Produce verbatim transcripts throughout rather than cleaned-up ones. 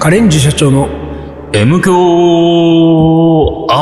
カレンジ社長の M 強ア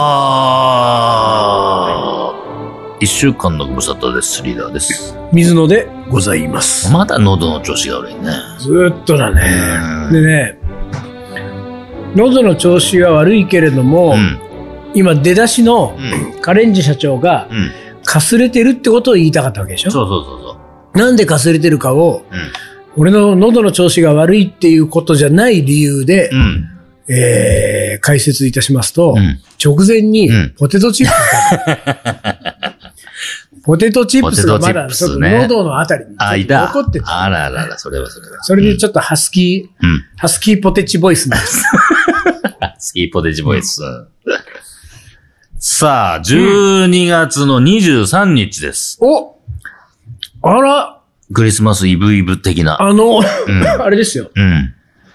ワー。一週間のご無沙汰です。リーダーです。 水野でございます。 まだ喉の調子が悪いね。 ずーっとだね。でね、喉の調子が悪いけれども、うん、今出だしのカレンジ社長が、うん、かすれてるってことを言いたかったわけでしょ。 そうそうそうそう。 なんでかすれてるかを、うん、俺の喉の調子が悪いっていうことじゃない理由で、うんえー、解説いたしますと、うん、直前にポテトチップス、うん、ポテトチップスがまだちょっと喉のあたりに残ってて、 あららら、それはそれは。 それでちょっとハスキー、うん、ハスキーポテチボイスなんです。 ハスキーポテチボイス。うん、さあ、じゅうにがつのにじゅうさんにちです。 おあらクリスマスイブイブ的な。 あの、うん、あれですよ。 うん。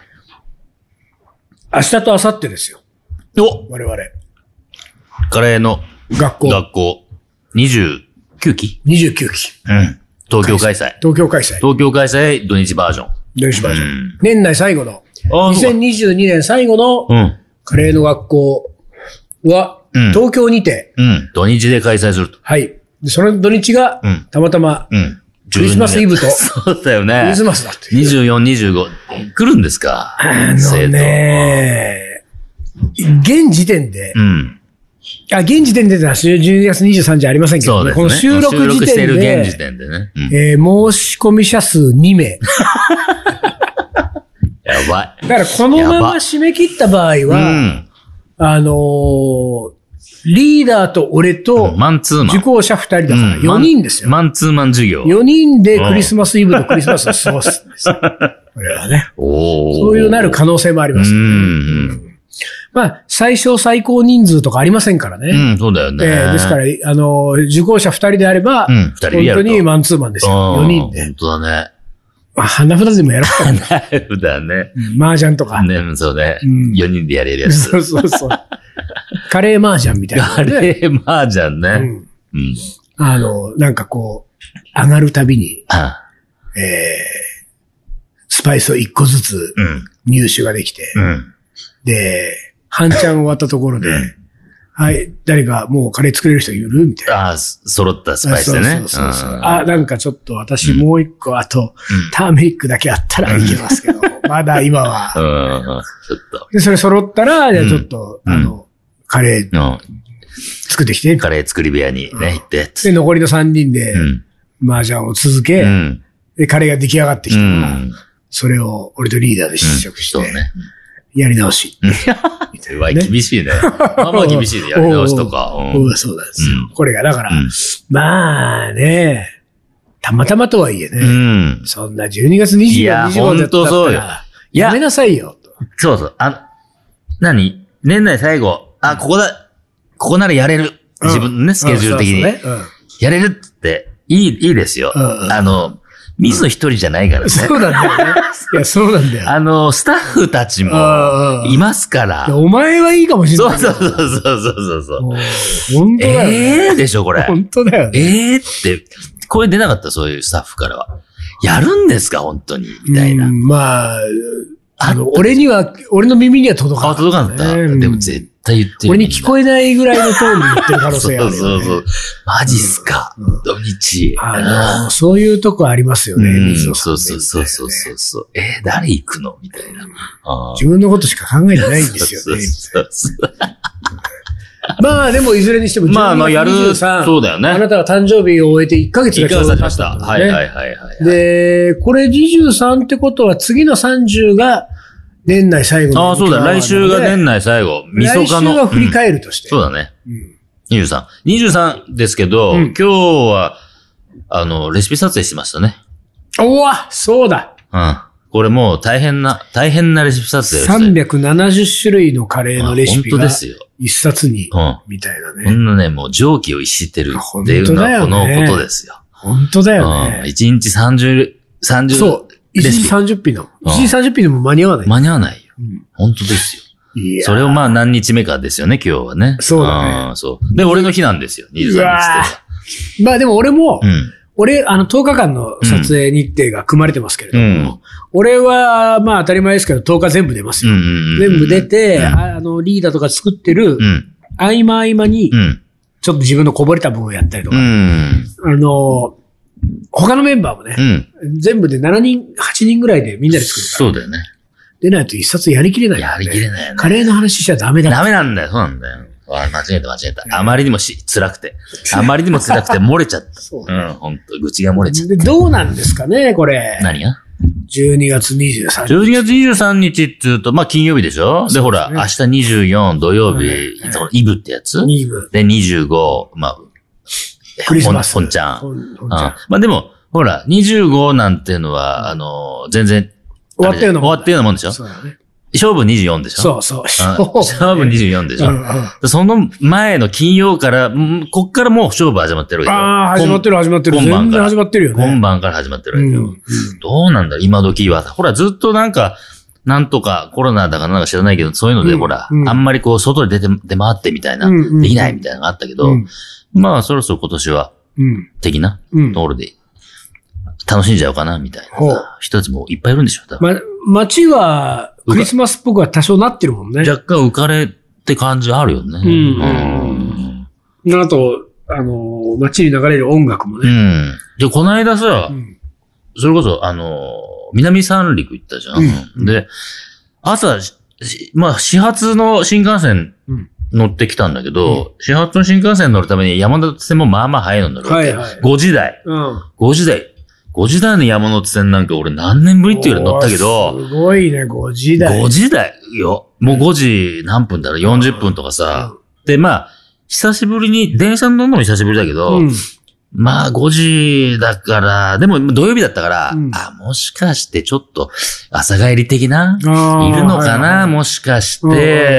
明日と明後日ですよ。 お我々。 カレーの学校。 学校。にじゅうきゅうき ? にじゅうきゅうき。 うん。東京開催。 東京開催。 東京開催土日バージョン。 土日バージョン。うん、年内最後の。にせんにじゅうにねん最後の、 うん、 カレーの学校は、うん、東京にて、 うん。土日で開催すると。 はい。その土日が、うん、たまたま、うん。クリスマスイブと。 そうだよね。 クリスマスだって。 にじゅうよん、にじゅうご。来るんですか？ あのね、現時点で、うん。あ、現時点ではじゅうにがつにじゅうさんにちありませんけど、ね、この収録時点で。収録している現時点でね。 うん、えー、申し込み者数にめい。 やばい。 だからこのまま締め切った場合は、うん、あのー、リーダーと俺と、 マンツーマン。 受講者ふたりだからよにんですよ。 マンツーマン授業。 よにんでクリスマスイブとクリスマスを過ごすんですよ。これはね。そういうなる可能性もあります、ね。うん。まあ、最小最高人数とかありませんからね。 うん、そうだよね。 えー、ですから、あの、受講者ふたりであれば、うん、ふたりでやると本当にマンツーマンですよ。よにんで。 本当だね。 まあ、花札でもやろうかな。 花札ね。 麻雀とか。 ね、そうね。うん、よにんでやれるやつ。 そうそうそう。カレー麻雀みたいな、 ね。カレー麻雀ね。うん。うん、 あの、なんかこう、上がるたびに、 ああえー、スパイスを一個ずつ入手ができて、 うん、 で、半チャン終わったところで、うん、はい、誰かもうカレー作れる人いるみたいな。 ああ、揃ったスパイスでね。 そうそうそうそう、うん。あ、なんかちょっと私もう一個、あと、うん、ターメリックだけあったらいけますけど、まだ今は。 うん、ちょっと。 で、それ揃ったら、じゃあちょっと、うん、あの、カレー、作ってきて。 カレー作り部屋にね、行って。 で、残りのさんにんで、麻雀を続け、うん、で、カレーが出来上がってきたら、うん、それを俺とリーダーで試食して、うん、そうね、やり直し。 うわ、厳しいね。まあまあ厳しいね、やり直しとか。 うん、そうなんですよ。うん、これが、だから、うん、まあね、たまたまとはいえね、うん、そんなじゅうにがつにじゅうよっか、にじゅうごだったら、やめなさいよ。 そうそう。あ、何年内最後。あ、ここだ、ここならやれる。自分のね、スケジュール的に。やれるって、いい、いいですよ。あの、水野一人じゃないからね。 そうなんだよね。いや、そうなんだよ。 あの、スタッフたちも、いますから。 お前はいいかもしれない。 そうそうそうそうそうそう。 本当だよね。 ええでしょ、これ。 本当だよね。 ええって、声出なかった、そういうスタッフからは。やるんですか、本当に。みたいな。 まあ、あの、俺には、俺の耳には届かなかった、ね。 あ、届かなかった。でも絶対言ってる。 俺に聞こえないぐらいのトーンで言ってる可能性ある、ね。 そうそうそう。マジっすか。うん、土日。 あの、そういうとこありますよね。 うん、そうそうそうそうそう。えー、誰行くのみたいな。 自分のことしか考えてないんですよね。そうそうそうまあでもいずれにしてもじゅうにがつにじゅうさん、まあまあやる、そうだよね。あなたは誕生日を終えていっかげつがちょうど経ちました、ね。 はいはいはいはい、はい。 で、これにじゅうさんってことは次のさんじゅうが年内最後の。 ああ、そうだ。来週が年内最後。みそかの。 来週は振り返るとして。 うん、そうだね。うん、にじゅうさん。にじゅうさんですけど、うん、今日は、あの、レシピ撮影してましたね。 おわそうだ。 うん。これもう大変な、大変なレシピ撮影ですね。 さんびゃくななじゅっしゅるいのカレーのレシピが。本当ですよ。一冊に、うん、みたいなね。 こんなね、もう蒸気を逸してるっていうのはこのことですよ。 本当だよね。 うん。いちにちさんじゅう、さんじゅう。 そう。いちにちさんじゅっぴんの。いちにちさんじゅっぴんでも間に合わない。 間に合わないよ。うん、本当ですよ。いやそれをまあ何日目かですよね、今日はね。 そうだね。 そう。で、俺の日なんですよ、にじゅうさんにちって。 まあでも俺も、うん、 俺、あの、とおかかんの撮影日程が組まれてますけれども、うん、俺は、まあ当たり前ですけど、とおか全部出ますよ。うんうんうん、全部出て、うん、あの、リーダーとか作ってる、うん、合間合間に、うん、ちょっと自分のこぼれた部分をやったりとか、うん、あの、他のメンバーもね、うん、全部でしちにん、はちにんぐらいでみんなで作るから。 そうだよね。 でないと一冊やりきれない、 ね。やりきれないよね。 カレーの話しちゃダメだ。 ダメなんだよ、そうなんだよ。あ、間違えた間違えた。あまりにもし、辛くて。あまりにも辛くて漏れちゃった。そう。うん、ほんと、愚痴が漏れちゃった。 で、どうなんですかね、これ。 何が ? じゅうにがつにじゅうさんにち。 じゅうにがつにじゅうさんにちって言うと、まあ金曜日でしょ。で、ほら、明日にじゅうよっか土曜日、イブってやつイブ。で、にじゅうご、まあ、 クリスマス。 本ちゃん。本ちゃん。まあでも、ほら、にじゅうごなんていうのは、あの、全然、 終わったようなもん。終わったようなもんでしょ。そうだね。勝負にじゅうよんでしょ。 そうそう。 勝負にじゅうよんでしょ。うんうん、その前の金曜から、こっからもう勝負始まってるわけよ。 ああ、始まってる始まってる。 今晩から。 始まってるよね。 今晩から始まってるわけよ。うんうん、どうなんだ今時は。ほら、ずっとなんか、なんとかコロナだかなんか知らないけど、そういうので、うん、ほら、うん、あんまりこう、外で出て、出回ってみたいな、うんうん、できないみたいなのがあったけど、うん、まあ、そろそろ今年は、的なところで、楽しんじゃおうかな、みたいな人たちもいっぱいいるんでしょ。 ま、街は、クリスマスっぽくは多少なってるもんね。 若干浮かれって感じあるよね。うん。 うん、あと、あの、街に流れる音楽もね。 うん。で、この間さ、うん、それこそ、あの、南三陸行ったじゃん。うん、で、朝、まあ、始発の新幹線乗ってきたんだけど、うん、始発の新幹線乗るために山手線もまあまあ早いの乗るわけ。はいはい。ごじ台。うん。ごじ台。ごじ台の山手線なんか俺何年ぶりっていうぐらい乗ったけど。 すごいね、ごじ台。 ごじ台よ。もうごじ何分だろ、よんじゅっぷんとかさ。うん、で、まあ、久しぶりに、電車に乗るのも久しぶりだけど、うん、まあごじだから、でも土曜日だったから、うん、あ、もしかしてちょっと朝帰り的ないるのかな、はいはい、もしかして、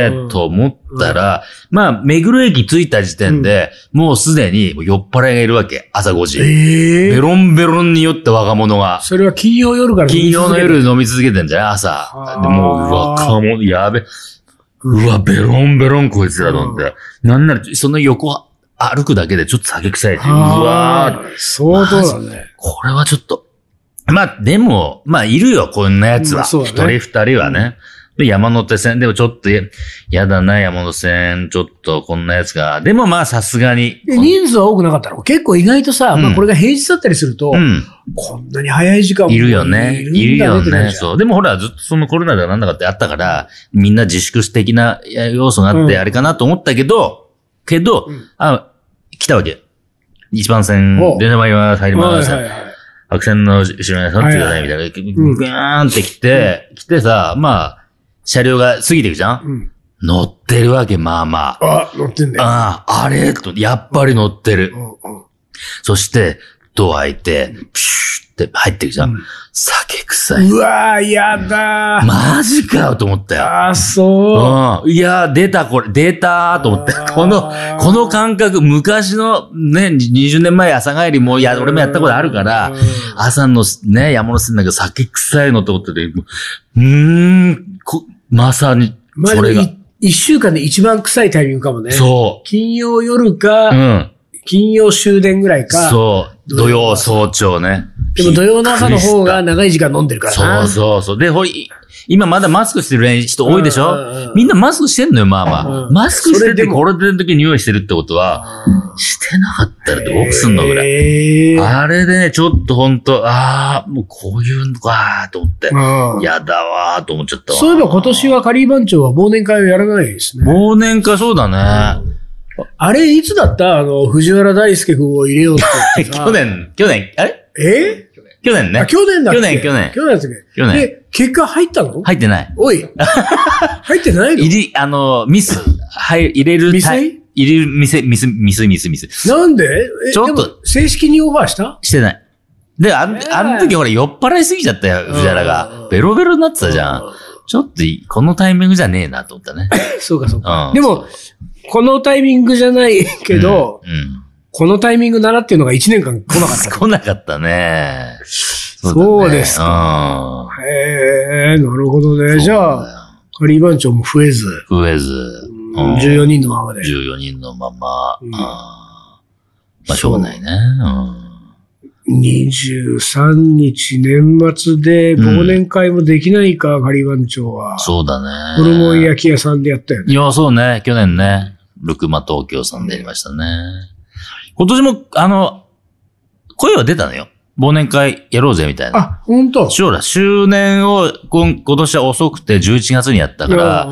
と思ったら、うん、まあ目黒駅着いた時点で、うん、もうすでに酔っ払いがいるわけ。朝ごじ。えー、ベロンベロンに酔った若者が。 それは金曜夜から金曜の夜飲み続けてんじゃない朝。でもう、うわ、かも、やべ。うわ、ベロンベロンこいつらと思って。なんなら、その横歩くだけでちょっと酒臭いっていう。うわー。相当だね。 これはちょっと。まあ、でも、まあ、いるよ、こんなやつは。一、うんね、人二人はね。うん、で、山手線でもちょっと、やだな、山手線、ちょっとこんなやつが。でもまあ、さすがに。 人数は多くなかったの？結構意外とさ、うん、まあ、これが平日だったりすると、うん、こんなに早い時間もいるよね。いるよね。そう。でもほら、ずっとそのコロナだなんだかってあったから、みんな自粛的な要素があって、あれかなと思ったけど、うんけど、うん、あ、来たわけ。一番線、電車参ります、入ります。はいはいはい、白線の後ろに座ってください、みたいな。ぐーんって来て、うん、来てさ、まあ、車両が過ぎていくじゃん、うん、乗ってるわけ、まあまあ。あ、乗ってんだよ。 ああ、あれと、やっぱり乗ってる。うんうん、そして、ドア開いて、プシュって入ってくじゃん。うん、酒臭い。 うわー、やだー。 マジかよと思ったよ。 あー、そう。うん。いやー、出た、これ、出たーと思って。この、この感覚、昔のね、にじゅうねんまえ朝帰りも、いや、俺もやったことあるから、朝のね、山手線なんか酒臭いのと思ってて、うーん、こまさに、それが。 一週間で一番臭いタイミングかもね。 そう。 金曜夜か、うん。金曜終電ぐらいか。 そう。土曜早朝ね。 でも土曜の朝の方が長い時間飲んでるからな。 そうそうそう。で、ほい、今まだマスクしてる人多いでしょ、みんなマスクしてんのよ、まあまあ。マスクしててこれで時匂いしてるってことは、してなかったらどうすんのぐらい。あれでね、ちょっとほんと、ああ、もうこういうのかーと思って。やだわーと思っちゃったわ。 そういえば今年はカリー番長は忘年会をやらないですね。 忘年会そうだね。 あれ、いつだったあの、藤原大輔君を入れようってって去年、去年、あれえ去年ね。 あ、去年だっけ去年、去年。 去年だっけ去年。 で、結果入ったの入ってない。 おい。入ってないの入り、あの、ミス。はい、入れる。 ミス入れる、ミス、ミス、ミス、ミス、ミス。 なんでちょっと。 正式にオファーしたしてない。で、あん、あの時俺酔っ払いすぎちゃったよ、藤原が。ベロベロになってたじゃん。ちょっと、このタイミングじゃねえなと思ったね。 そうか、そうか。でも、このタイミングじゃないけど、うんうん、このタイミングならっていうのがいちねんかん来なかった。 来なかったね。 そうだね。そうですか。うん、へえ、なるほどね。じゃあ、カリー番長も増えず。 増えず。 うん、じゅうよにんのままで。 じゅうよにんのまま。うん、まあ、しょうがないね。 にじゅうさんにち年末で忘年会もできないか、カリバン町は。 そうだね。 ホルモン焼き屋さんでやったよね。 いや、そうね。去年ね。ルクマ東京さんでやりましたね。今年も、あの、声は出たのよ。忘年会やろうぜみたいな。 あ、ほんと？ そうだ、周年を今、今年は遅くてじゅういちがつにやったから、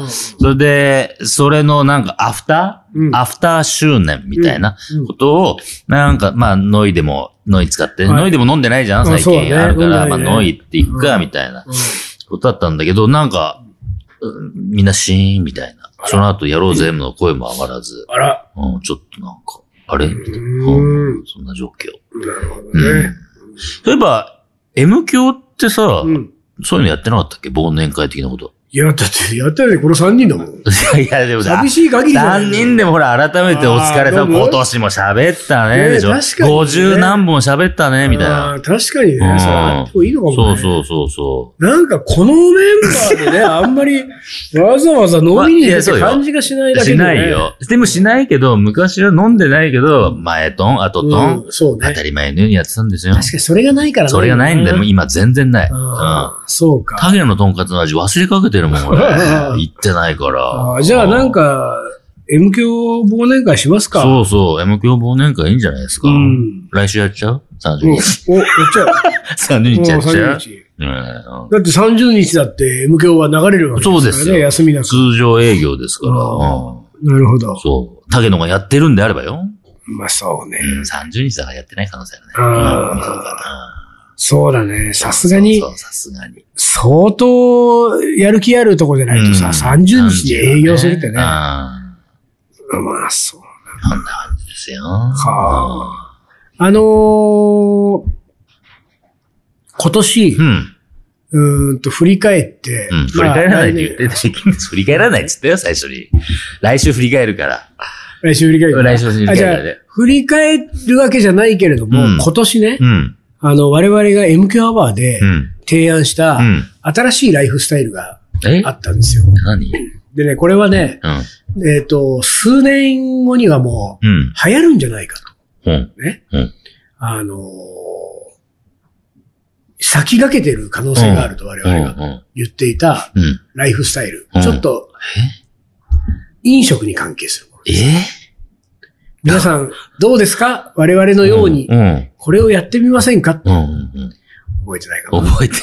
それで、それのなんかアフター、うん、アフター周年みたいなことを、なんか、まあ、ノイでも、ノイ使って、はい、ノイでも飲んでないじゃん、最近。ね、あるから、ね、まあ、ノイっていくか、みたいなことだったんだけど、なんか、みんなシーンみたいな。その後やろうぜの声も上がらず。 あら。 うん、ちょっとなんか、あれみたいな、うん。そんな状況。 なるほどね。うん例えば、M 響ってさ、うん、そういうのやってなかったっけ忘年会的なこと。 いや、だって、やったよね、このさんにんだもん。いや、いや、でも寂しい限りじゃない。さんにんでもほら、改めてお疲れさん、今年も喋ったね、でしょ。 確かに、ね。 ごじゅう何本喋ったね、みたいな。 あ確かにね。さあ、いいのかもね。 そうそうそうそう。 なんか、このメンバーでね、あんまり、わざわざ飲みに行く感じがしないだけで、ね。 しないよ。でもしないけど、昔は飲んでないけど、前トン、後トン、うん、そうね。当たり前のようにやってたんですよ。 確かにそれがないからね。 それがないんだよ。今全然ない。うん。 そうか。 影のとんかつの味忘れかけてるもん、俺。行ってないから。 あじゃあなんか、M 響忘年会しますか？ そうそう、M 響忘年会いいんじゃないですか。うん、来週やっちゃう ?さんじゅうにち。 お、やっちゃう。 さんじゅうにちやっちゃう。さんじゅうにち。 うん、だってさんじゅうにちだって M 響は流れるわけですからね。そうですよ。休みなく。 通常営業ですから。 うん、なるほど。 そう。竹野がやってるんであればよ。 まあそうね。 うん、さんじゅうにちだからやってない可能性あるね。ああ、うん、そうかな。そうだね。さすがに。 そう、さすがに。 相当やる気あるとこじゃないとさ、うん、さんじゅうにちに営業するってね。 あまあ、そう。 こんな感じですよ。 はあ。あのー、今年、うん、うーんと振り返って、 うん、振り返らないって言ってたし、振り返らないって言ったよ、最初に。来週振り返るから。 来週振り返るから。 来週振り返るからね。 振り返るわけじゃないけれども、うん、今年ね、うん、あの、我々が エムキュー アワーで提案した、新しいライフスタイルがあったんですよ。 何でね、これはね、うん、えっと、数年後にはもう、流行るんじゃないかと。うん、ね、うん。あのー、先駆けてる可能性があると我々が言っていたライフスタイル。うん、ちょっと、飲食に関係するものです。 え皆さん、どうですか我々のように、これをやってみませんか、うんうん、覚えてないかな覚えてない。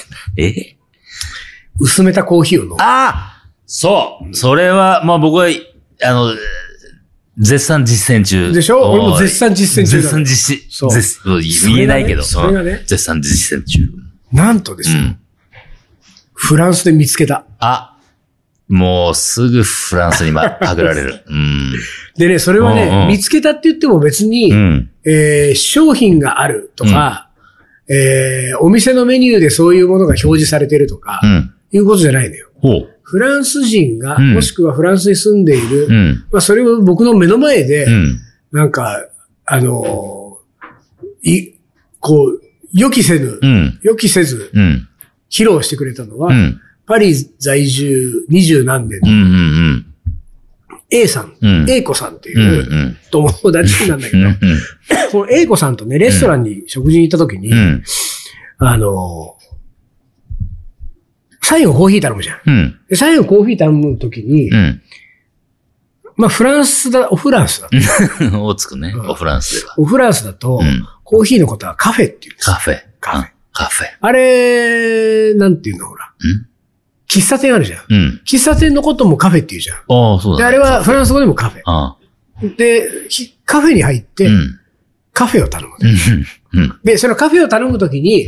え薄めたコーヒーを飲む。 ああそう、うん、それは、まあ僕は、あの、絶賛実践中。 でしょ俺も絶賛実践中。 絶賛実践。そう。言えないけど。それがね。絶賛実践中。 なんとですよ、うん。フランスで見つけた。 あ、もうすぐフランスにま、パクられる。うん、 でね、それはね、うんうん、見つけたって言っても別に、うん、えー、商品があるとか、うん、えー、お店のメニューでそういうものが表示されてるとか、うん、いうことじゃないのよ。ほうフランス人が、うん、もしくはフランスに住んでいる、うん、まあそれを僕の目の前で、うん、なんか、あのー、い、こう、予期せぬ、うん、予期せず、うん、披露してくれたのは、うん、パリ在住二十何年の、うんうんうん、A さん、うん、A 子さんっていう友達なんだけど、うんうん、この A 子さんとね、レストランに食事に行った時に、うん、あのー、最後コーヒー頼むじゃん。うん、で最後コーヒー頼むときに、うん、まあフランスだ、オフランスだと。おつくね、うん、オフランスでは。 オフランスだと、うん、コーヒーのことはカフェっていうんですカフェ。 カフェ。 カフェ。 あれ、なんていうのほら。ん喫茶店あるじゃん。うん。喫茶店のこともカフェって言うじゃん。 ああ、そうだ、ね。 で、あれはフランス語でもカフェ。ああで、カフェに入って、うん、カフェを頼む、ねうん。で、そのカフェを頼むときに、うん、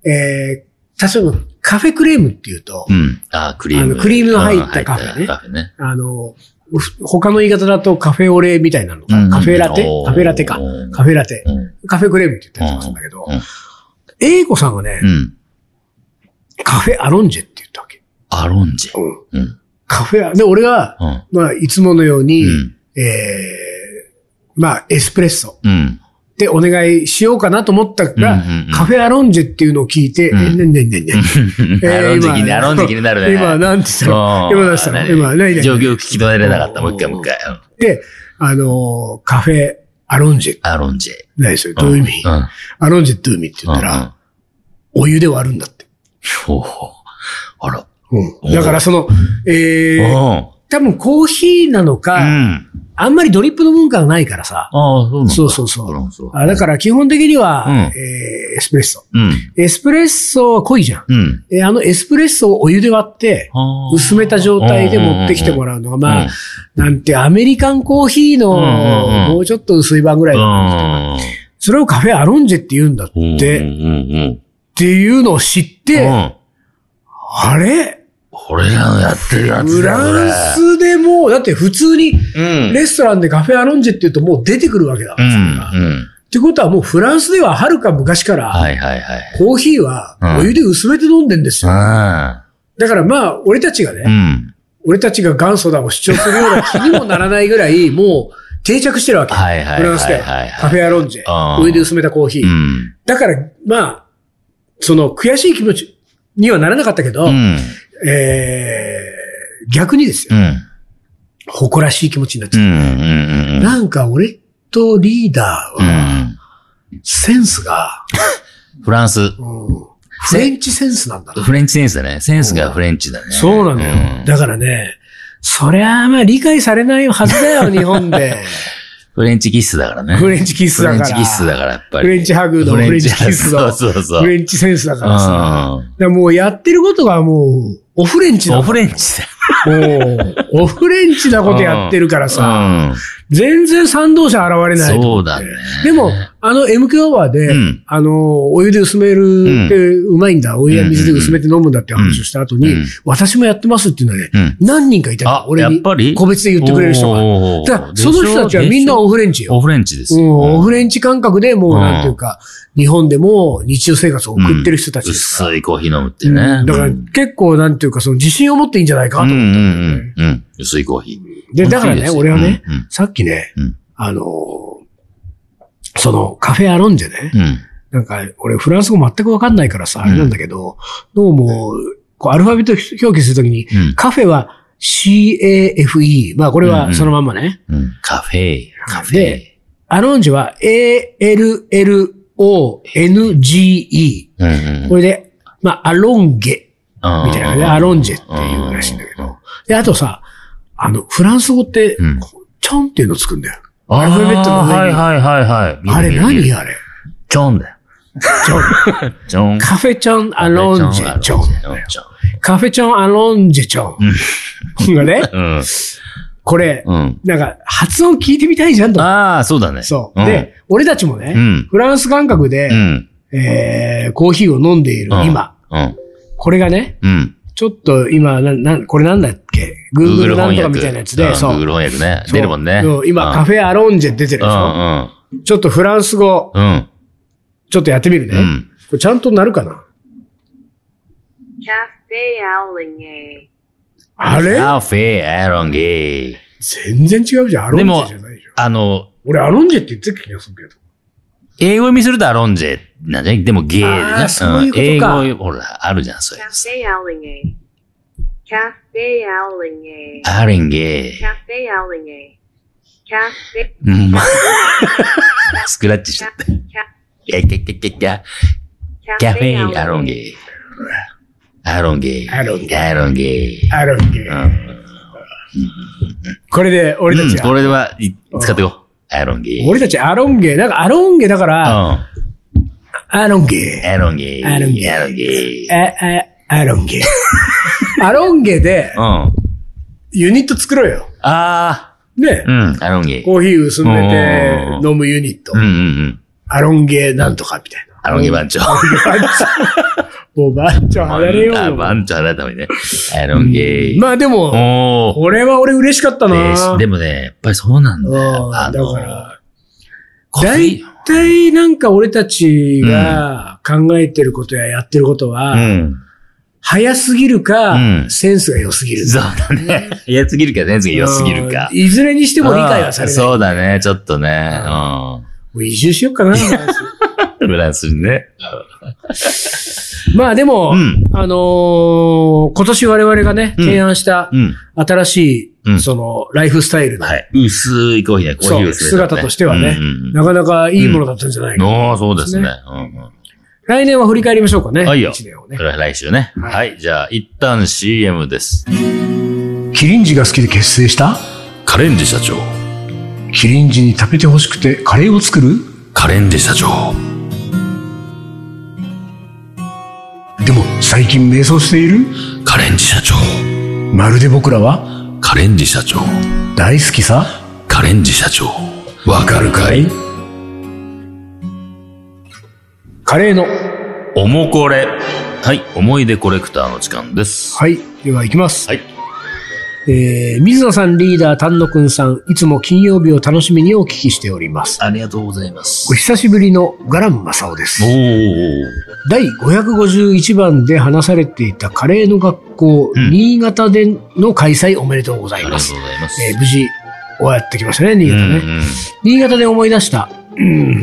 えー、例えば、カフェクレームっていうと、うん。 ああ、クリーム。 あの、クリームの入ったカフェね。カフェね。あの、他の言い方だとカフェオレみたいなのか、うん、カフェラテカフェラテか。カフェラテ、うん。カフェクレームって言ったりするんだけど、英子さんがね、うん、カフェアロンジェって言ったわけ。 アロンジェ、 うん、カフェア、で、俺が、うん、まあ、いつものように、うん、えー、まあ、エスプレッソ。うんで、お願いしようかなと思ったら、うんうんうん、カフェアロンジェっていうのを聞いて、うん、え、ねんねんねんねん。 アロンジェ気に、アロンジェ気になるね。 今、なんて言ったの今何したの今、何状況聞き取れなかった。もう一回、もう一回。 で、あの、カフェアロンジェ。 アロンジェ。 何それどういう意味、うんうん、アロンジェってどういう意味って言ったら、うんうん、お湯で割るんだって。 ほうほう。あら。 うん。だからその、えー、多分コーヒーなのか、うん、あんまりドリップの文化がないからさ。 ああ、そうなんだ。 そうそうそう。そうあだから基本的には、うんえー、エスプレッソ、うん。エスプレッソは濃いじゃん。うん、えー、あのエスプレッソをお湯で割って、薄めた状態で持ってきてもらうのが、まあ、うん、なんてアメリカンコーヒーのもうちょっと薄い版ぐらいだ、うん、それをカフェアロンジェって言うんだって、うんうんうん、っていうのを知って、うん、あれ俺らのやってるやつだフランスでもう、だって普通に、レストランでカフェアロンジェって言うともう出てくるわけだ。うんうん、ってことはもうフランスでははるか昔から、はいはいはい、コーヒーはお湯で薄めて飲んでんですよ。うん、だからまあ、俺たちがね、うん、俺たちが元祖だを主張するような気にもならないぐらい、もう定着してるわけ。はいはいはいはい、フランスでは。カフェアロンジェ、お湯で薄めたコーヒー。うん、だからまあ、その悔しい気持ちにはならなかったけど、うんえー、逆にですよ、うん。誇らしい気持ちになっちゃった、うんうんうん。なんか俺とリーダーは、うん、センスが、 フランス、うん。 フレンチセンスなんだな。 フレンチセンスだね。センスがフレンチだね。 そうなのよ。うん、だからね、そりゃあまあ理解されないはずだよ、日本で。 フレンチキッスだからね。 フレンチキッスだから。 フレンチキッスだから、やっぱり。 フレンチハグのフレンチキッスの。そうそうそう。フレンチセンスだからさ。だからもうやってることがもう、オフレンチだ。 オフレンチだ。 もう、オフレンチなことやってるからさ、うん、全然賛同者現れない。 そうだね。 でも、あの エムケー オーバーで、うん、あの、お湯で薄めるってうまいんだ、うん、お湯や水で薄めて飲むんだって話をした後に、うん、私もやってますっていうのはね、うん、何人かいたの。俺に個別で言ってくれる人が。だから、その人たちはみんなオフレンチよ。 オフレンチですよ、 うん。オフレンチ感覚でもう、なんていうか、日本でも日常生活を送ってる人たちですから。 薄いコーヒー飲むってね。 うん、だから結構なんていうか、その自信を持っていいんじゃないかと思ったんだよね。うんうんうん。薄いコーヒー。で、だからね、俺はね、うんうん、さっきね、うん、あのー、そのカフェアロンジェね、うん、なんか俺フランス語全くわかんないからさ、あれなんだけど、どうも、こうアルファベット表記するときに、うん、カフェは シーエーエフイー、まあこれはそのまんまね。 うんうん、カフェ、カフェ。 で、アロンジェは エーエルエルオーエヌジーイー。うんうん、これで、まあ、アロンゲみたいなね、アロンジェっていうらしいんだけど。で、あとさ、あの、フランス語って、うん、チョンっていうのを作るんだよ。アルファベットの上に。 はいはいはいはい。 あれ何あれチョンだよ。 チョン。チョン。カフェチョンアロンジェチョン。カフェチョンアロンジェチョン。がね。うんこれ、うん、なんか、発音聞いてみたいじゃんと。 ああ、そうだね。 そう。うん、で、俺たちもね、うん、フランス感覚で、うん、えー、コーヒーを飲んでいる今、うん、これがね、うん、ちょっと今、な、な、これなんだっけ ?Google なんとかみたいなやつで、 そう。Google 翻訳ね。出るもんね。 今、カフェアロンジェ出てるでしょ、うんうん、ちょっとフランス語、うん、ちょっとやってみるね。うん、これちゃんとなるかなカフェアロンジェ。あれカフェアロンゲー。全然違うじゃん。アロンジェじゃないじゃん。 あの、 俺アロンジェって言ってた気がするけど。 英語読みするとアロンジェなんじゃないでもゲーでね。 そういうことか。 英語、ほら、あるじゃん、それ。カフェアロンゲー。カフェアロンゲー。アロンゲー。カフェアロンゲー。カフェ。うん、まスクラッチしちゃった。キャキャキャキャキャ。カフェアロンゲー。アロンゲー。 アロンゲー。 アロンゲー。アロンゲー。これで、俺たちは。これでは、使っていこう。アロンゲー。 俺たちアロンゲー。なんかアロンゲーだから、アロンゲー。アロンゲー。 アロンゲー。 アロンゲー。 あ、あ、アロンゲー。アロンゲーで、ユニット作ろうよ。 ああ。ね。 うん、アロンゲー。 コーヒー薄めて飲むユニット。うんうんうん。アロンゲーなんとかみたいな。 アロンゲー番長。 アロンゲー番長。もう番長離れようよ。 番長離れた方がいいね。アロンゲー。 まあでも、これは俺嬉しかったな。 でもね、やっぱりそうなんだよ。 だから、だいたいなんか俺たちが考えてることややってることは、早すぎるか、センスが良すぎる。 そうだね。早すぎるか、センスが良すぎるか。 いずれにしても理解はされない。 そうだね、ちょっとね。 もう移住しよっかな。 フランスにね。 まあでも、うん、あのー、今年我々がね、提案した新しい、うん、その、ライフスタイルの、 はい、薄いコーヒーね、コーヒー薄い、ね、 姿としてはね、うんうんうん、なかなかいいものだったんじゃないかな、ね。 ああ、そうですね。うんうん、 来年は振り返りましょうかね。 はいよ。いちねんをね。それは来週ね。はい。はい、じゃあ、一旦 シーエム です。 キリンジが好きで結成したカレンジ社長。 キリンジに食べてほしくてカレーを作るカレンジ社長。 でも最近迷走しているカレンジ社長。 まるで僕らはカレンジ社長。 大好きさカレンジ社長。わかるかい？ カレーのおもこれ。はい。思い出コレクターの時間です。 はい。では行きます。 はい。 えー、水野さんリーダー、丹野くんさん、いつも金曜日を楽しみにお聞きしております。 ありがとうございます。 お久しぶりのガランマサオです。 おー。 だいごひゃくごじゅういちばんで話されていたカレーの学校、うん、新潟での開催おめでとうございます。 ありがとうございます。 えー、無事終わってきましたね、新潟ね。うんうん、新潟で思い出した、うん、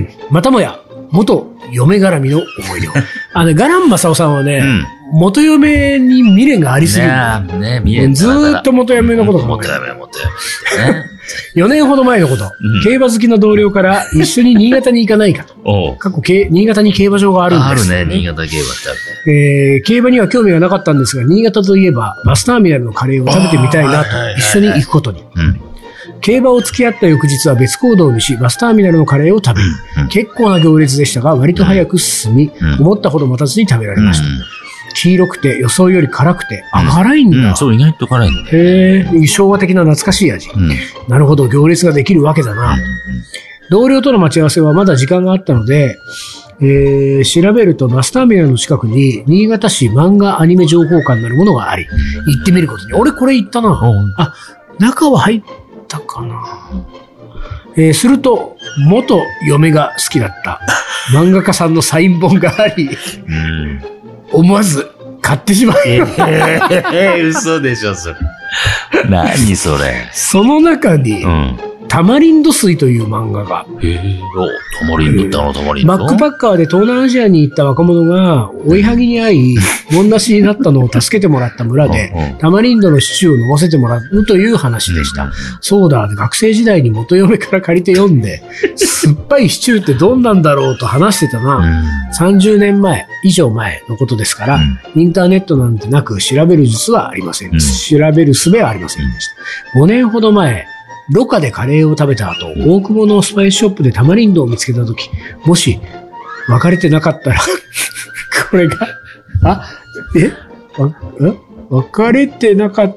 またもや元嫁絡みの思い出を。あの、ガランマサオさんはね、うん元嫁に未練がありすぎる。 ねね未練ずーっと元嫁のこと考えてる。元嫁、元嫁。ね、 よねんほど前のこと、うん、競馬好きの同僚から一緒に新潟に行かないかと。過去、新潟に競馬場があるんです、 ね。あるね、新潟競馬ってあるね。えー、競馬には興味がなかったんですが、新潟といえば、バスターミナルのカレーを食べてみたいなと、一緒に行くことに。競馬を付き合った翌日は別行動にし、バスターミナルのカレーを食べる。うんうん、結構な行列でしたが、割と早く進み、うん、思ったほど待たずに食べられました。うん黄色くて予想より辛くて、あ、辛いんだ。 うん、そう、意外と辛いんだ。 へえ、昭和的な懐かしい味。うん、なるほど、行列ができるわけだな。うんうん、同僚との待ち合わせはまだ時間があったので、えー、調べるとバスターミナルの近くに新潟市漫画アニメ情報館なるものがあり、行ってみることに。俺これ行ったな。うん、あ、中は入ったかな。えー、すると、元嫁が好きだった漫画家さんのサイン本があり、うん思わず買ってしまいました。 えー、嘘でしょ、それ。何それ。 その中に、うん、タマリンド水という漫画が。 へえ、タマリンドってあのタマリンド、 バックパッカーで東南アジアに行った若者が、追いはぎに会い、もんなしになったのを助けてもらった村で、うんうん、タマリンドのシチューを飲ませてもらうという話でした。うんうん、そうだ、学生時代に元嫁から借りて読んで、酸っぱいシチューってどんなんだろうと話してたな。うん、さんじゅうねんまえ以上前のことですから、うん、インターネットなんてなく調べる術はありません。うん、調べる術はありませんでした。ごねんほど前、ロカでカレーを食べた後、大久保のスパイスショップでタマリンドを見つけたとき、もし、別れてなかったら、これが、あ、えわ、え別れてなか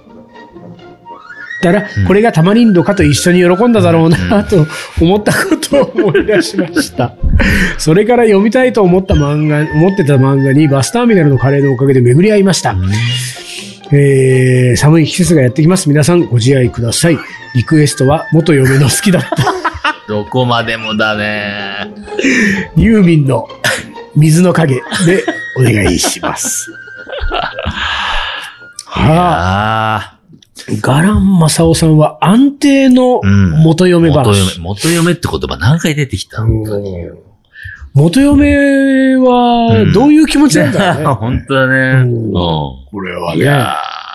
ったら、これがタマリンドかと一緒に喜んだだろうな、と思ったことを思い出しました。それから読みたいと思った漫画、思ってた漫画にバスターミナルのカレーのおかげで巡り合いました。えー、寒い季節がやってきます。皆さんご自愛ください。リクエストは元嫁の好きだった。 どこまでもだね。 ユーミンの水の影でお願いします。はあ。ガランマサオさんは安定の元嫁話。うん、 元嫁。元嫁って言葉何回出てきたのかに。 元嫁はどういう気持ちなんだろうね。 うん、本当だね。うん、 これはね。 いやいやいや。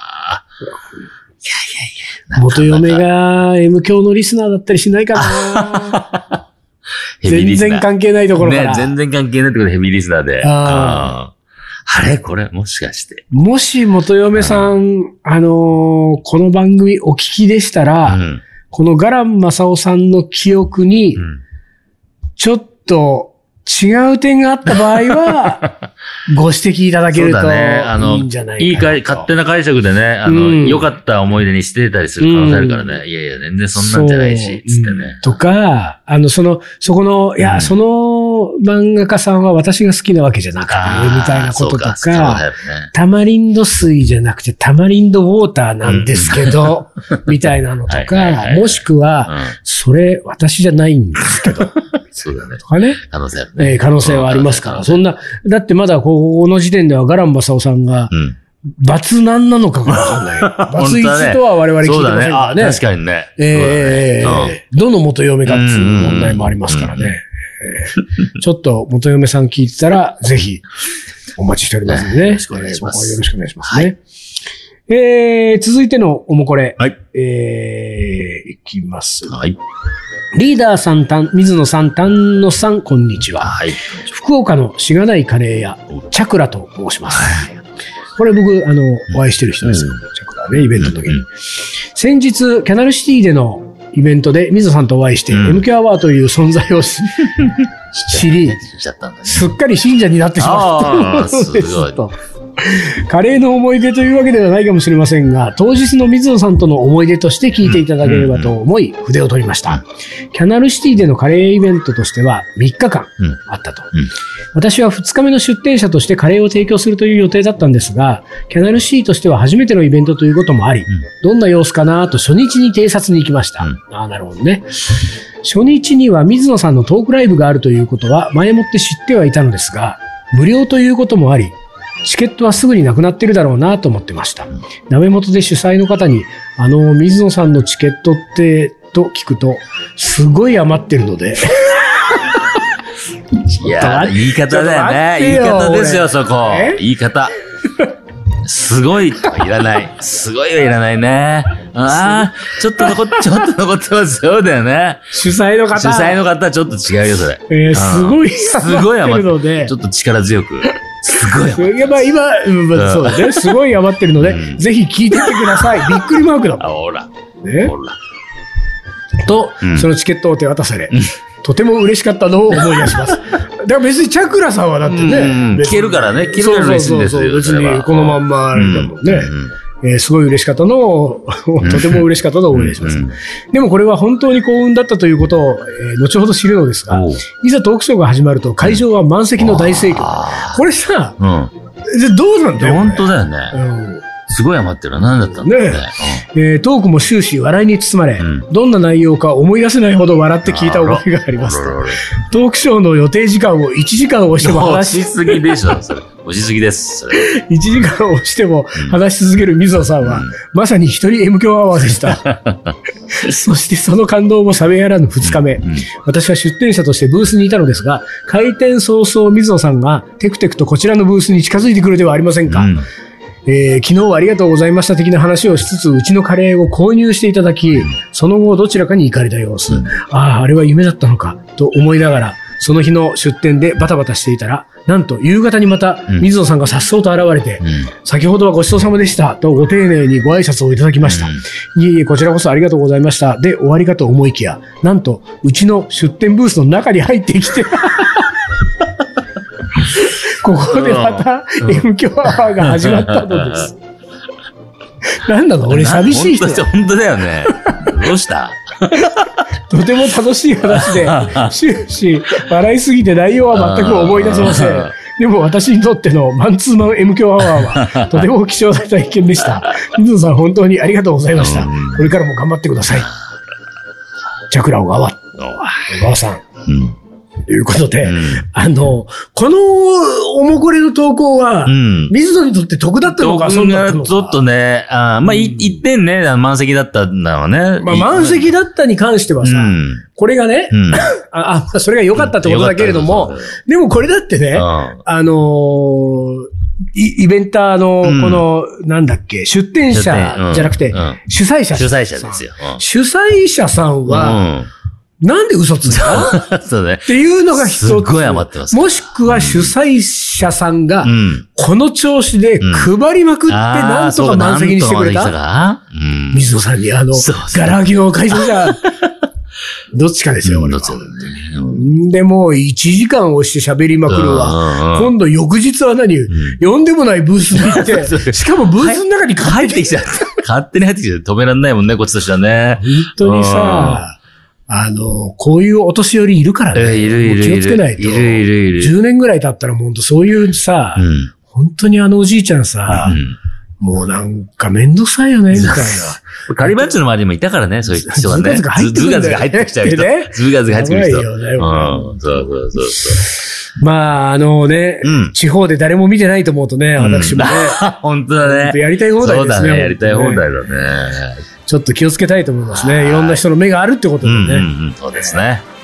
元嫁が M 教のリスナーだったりしないかな。全然関係ないところから。 ね、全然関係ないところでヘビーリスナーで。ああれこれもしかして。 もし元嫁さん、うん、あのー、この番組お聞きでしたら、うん、このガランマサオさんの記憶に、うん、ちょっと、違う点があった場合は、ご指摘いただけるといいんじゃないかなと。 いいかい、勝手な解釈でね、あの、うん、良かった思い出にしてたりする可能性あるからね。うん、いやいや、全然そんなんじゃないし、つってね。 とか、あの、その、そこの、いや、うん、その漫画家さんは私が好きなわけじゃなくて、みたいなこととか、かね、タマリンド水じゃなくてタマリンドウォーターなんですけど、うん、みたいなのとか、はいはいはい、もしくは、うん、それ私じゃないんですけど、 そうだね。 とかね。 可能性あるね。 えー、可能性はありますから。そんな、だってまだこの時点ではガランマサオさんが、うん、バツ何なのかがわかんない。バツいちとは我々聞いてませんからね。 そうだね。確かにね。 ええー、どの元嫁かっていう問題もありますからね。 えー、ちょっと元嫁さん聞いてたら、ぜひ、お待ちしておりますのでね。よろしくお願いします。よろしくお願いしますね。はい、えー、続いてのおもこれ。はい。えー、いきます。はい。リーダーさん、たん、水野さん、丹野さん、こんにちは。はい。福岡のしがないカレー屋、チャクラと申します。はい。これ僕、あの、お会いしてる人ですよ。うん、チャクラね、イベントの時に。うんうん、先日、キャナルシティでのイベントで水野さんとお会いして、うん、エムキュー アワーという存在を知り、すっかり信者になってしまったのです。と。カレーの思い出というわけではないかもしれませんが、当日の水野さんとの思い出として聞いていただければと思い、筆を取りました。キャナルシティでのカレーイベントとしてはみっかかんあったと。うんうん、私はふつかめの出店者としてカレーを提供するという予定だったんですが、キャナルシティとしては初めてのイベントということもあり、うん、どんな様子かなと初日に偵察に行きました。うん、ああ、なるほどね。初日には水野さんのトークライブがあるということは前もって知ってはいたのですが、無料ということもあり、チケットはすぐになくなってるだろうなと思ってました。ダメ元で主催の方に、あの、水野さんのチケットって、と聞くと、すごい余ってるので。 いや、言い方だよね。言い方ですよ、そこ。言い方。すごいとはいらない。すごいはいらないね。ああ、ちょっと残って、ちょっと残ってますよ、だよね。 主催の方。 主催の方はちょっと違うよ、それ。 えー、すごいすごい余ってるので。ちょっと力強く。すごい余ってる。 いや、まあ今、うん、そうですね。すごい余ってるので、うん、ぜひ聞いてみてください。びっくりマークだ。 あ、ほら。 ね。ほら。と、うん、そのチケットを手渡され、うん、とても嬉しかったのを思い出します。だから別にチャクラさんはだってね。うん、 聞けるからね。聞けるから嬉しいんですよ。 そうそうそう。別にこのまんまあれだもんね。うん、えー、すごい嬉しかったのを、とても嬉しかったのを思い出します。うん、でもこれは本当に幸運だったということを、えー、後ほど知るのですが、いざトークショーが始まると会場は満席の大盛況。これさ、うん、どうなんだよ。 本当だよね。うんすごい余ってる。何だったんだろうね。ねえー、トークも終始笑いに包まれ、うん、どんな内容か思い出せないほど笑って聞いた覚えがあります。トークショーの予定時間をいちじかん押しても話しすぎでしょ、それ。押しすぎです。それいちじかん押しても話し続ける水野さんは、うん、まさに一人 エム 響アワーでした。そしてその感動も冷めやらぬふつかめ、うんうん、私は出店者としてブースにいたのですが、開店早々水野さんがテクテクとこちらのブースに近づいてくるではありませんか。うんえー、昨日はありがとうございました的な話をしつつ、うちのカレーを購入していただき、その後どちらかに行かれた様子。うん、ああ、あれは夢だったのか、と思いながら、その日の出店でバタバタしていたら、なんと夕方にまた水野さんが颯爽と現れて、うん、先ほどはごちそうさまでした、とご丁寧にご挨拶をいただきました。うん、いえいえ、こちらこそありがとうございました。で、終わりかと思いきや、なんと、うちの出店ブースの中に入ってきて、ここでまた エム 響アワーが始まったのです。なんだろう、俺寂しい人だ。 本当だよね。どうしたとても楽しい話で、終始笑いすぎて内容は全く思い出せません。でも私にとってのマンツーマン エム 響アワーはとても貴重な体験でした。水野さん本当にありがとうございました。これからも頑張ってください。チャクラ小川。小川さん。うんということで、うん、あの、このおもこれの投稿は、うん、水野にとって得だったのか、 そうだったのか。ちょっとね、あまあ、一点ね、満席だったんだろうね。 まあ、満席だったに関してはさ、うん、これがね、うん、あ、あ、それが良かったってことだけれども、でもこれだってね、あのー、イ, イベンターの、この、うん、なんだっけ、出店者じゃなくて、うん、主催者。 主催者ですよ。 うん、主催者さんは、うんなんで嘘ついたそうね。 っていうのが一つ。 すごい余ってます。 もしくは主催者さんが、この調子で配りまくってなんとか満席にしてくれた。うん、水野さんにあの、ガラ空きの会場じゃ、どっちかですよ、俺は。で、もういちじかん押して喋りまくるわ。今度翌日は何、うん、呼んでもないブースに行って、しかもブースの中に入ってきちゃった。勝手に入ってきちゃって止めらんないもんね、こっちとしてはね。 本当にさ、あの、こういうお年寄りいるからね。えー、いるいるいる。気をつけないと。いるいるいる。じゅうねんぐらい経ったらもうそういうさ、うん、本当にあのおじいちゃんさ、うん、もうなんかめんどくさいよね、みたいな。 カリバッチの周りにもいたからね、そういう人がね。ズーガズが入ってきた。ズーガズが入ってきちゃう人。ね、ズーガズが入ってくる人。よね、うん。そうそうそうそう。 まあ、あのね、うん、地方で誰も見てないと思うとね、私もね。 本当だね。 やりたい放題ですね。 そうだね、やりたい放題だね。 ちょっと気をつけたいと思いますね。いろんな人の目があるってことでね。うんうんうん、 そうですね。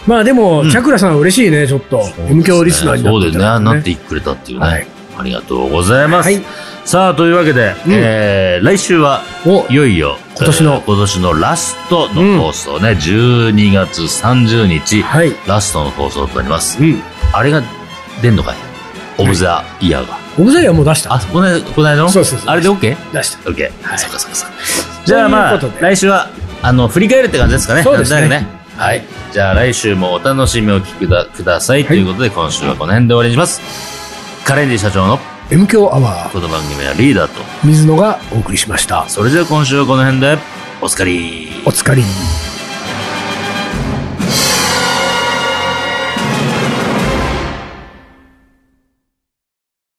まあでも、チャクラさん嬉しいね、ちょっと。M 響リスナーになってそうですね。なってくれたっていうね。 はい、 ありがとうございます。はい、さあ、というわけで、うん、えー、来週はいよいよ、 今年の、 今年のラストの放送ね、うん、じゅうにがつさんじゅうにち、はい、ラストの放送となります。うん、あれが出んのかい？オブザイヤーが。 オブザイヤーもう出した。 あ、この間、この間の？ そうそうそう。 あれで OK？ 出した。 OK。はい。そうかそうかそうか。じゃあまあ、来週は、あの、振り返るって感じですかね。 そうですね。ねはい。じゃあ来週もお楽しみを聞くください。はい、ということで、今週はこの辺で終わりにします。カレンジー社長の M 響アワー。 この番組はリーダーと水野がお送りしました。 それじゃあ今週はこの辺で、おつかり。 おつかり。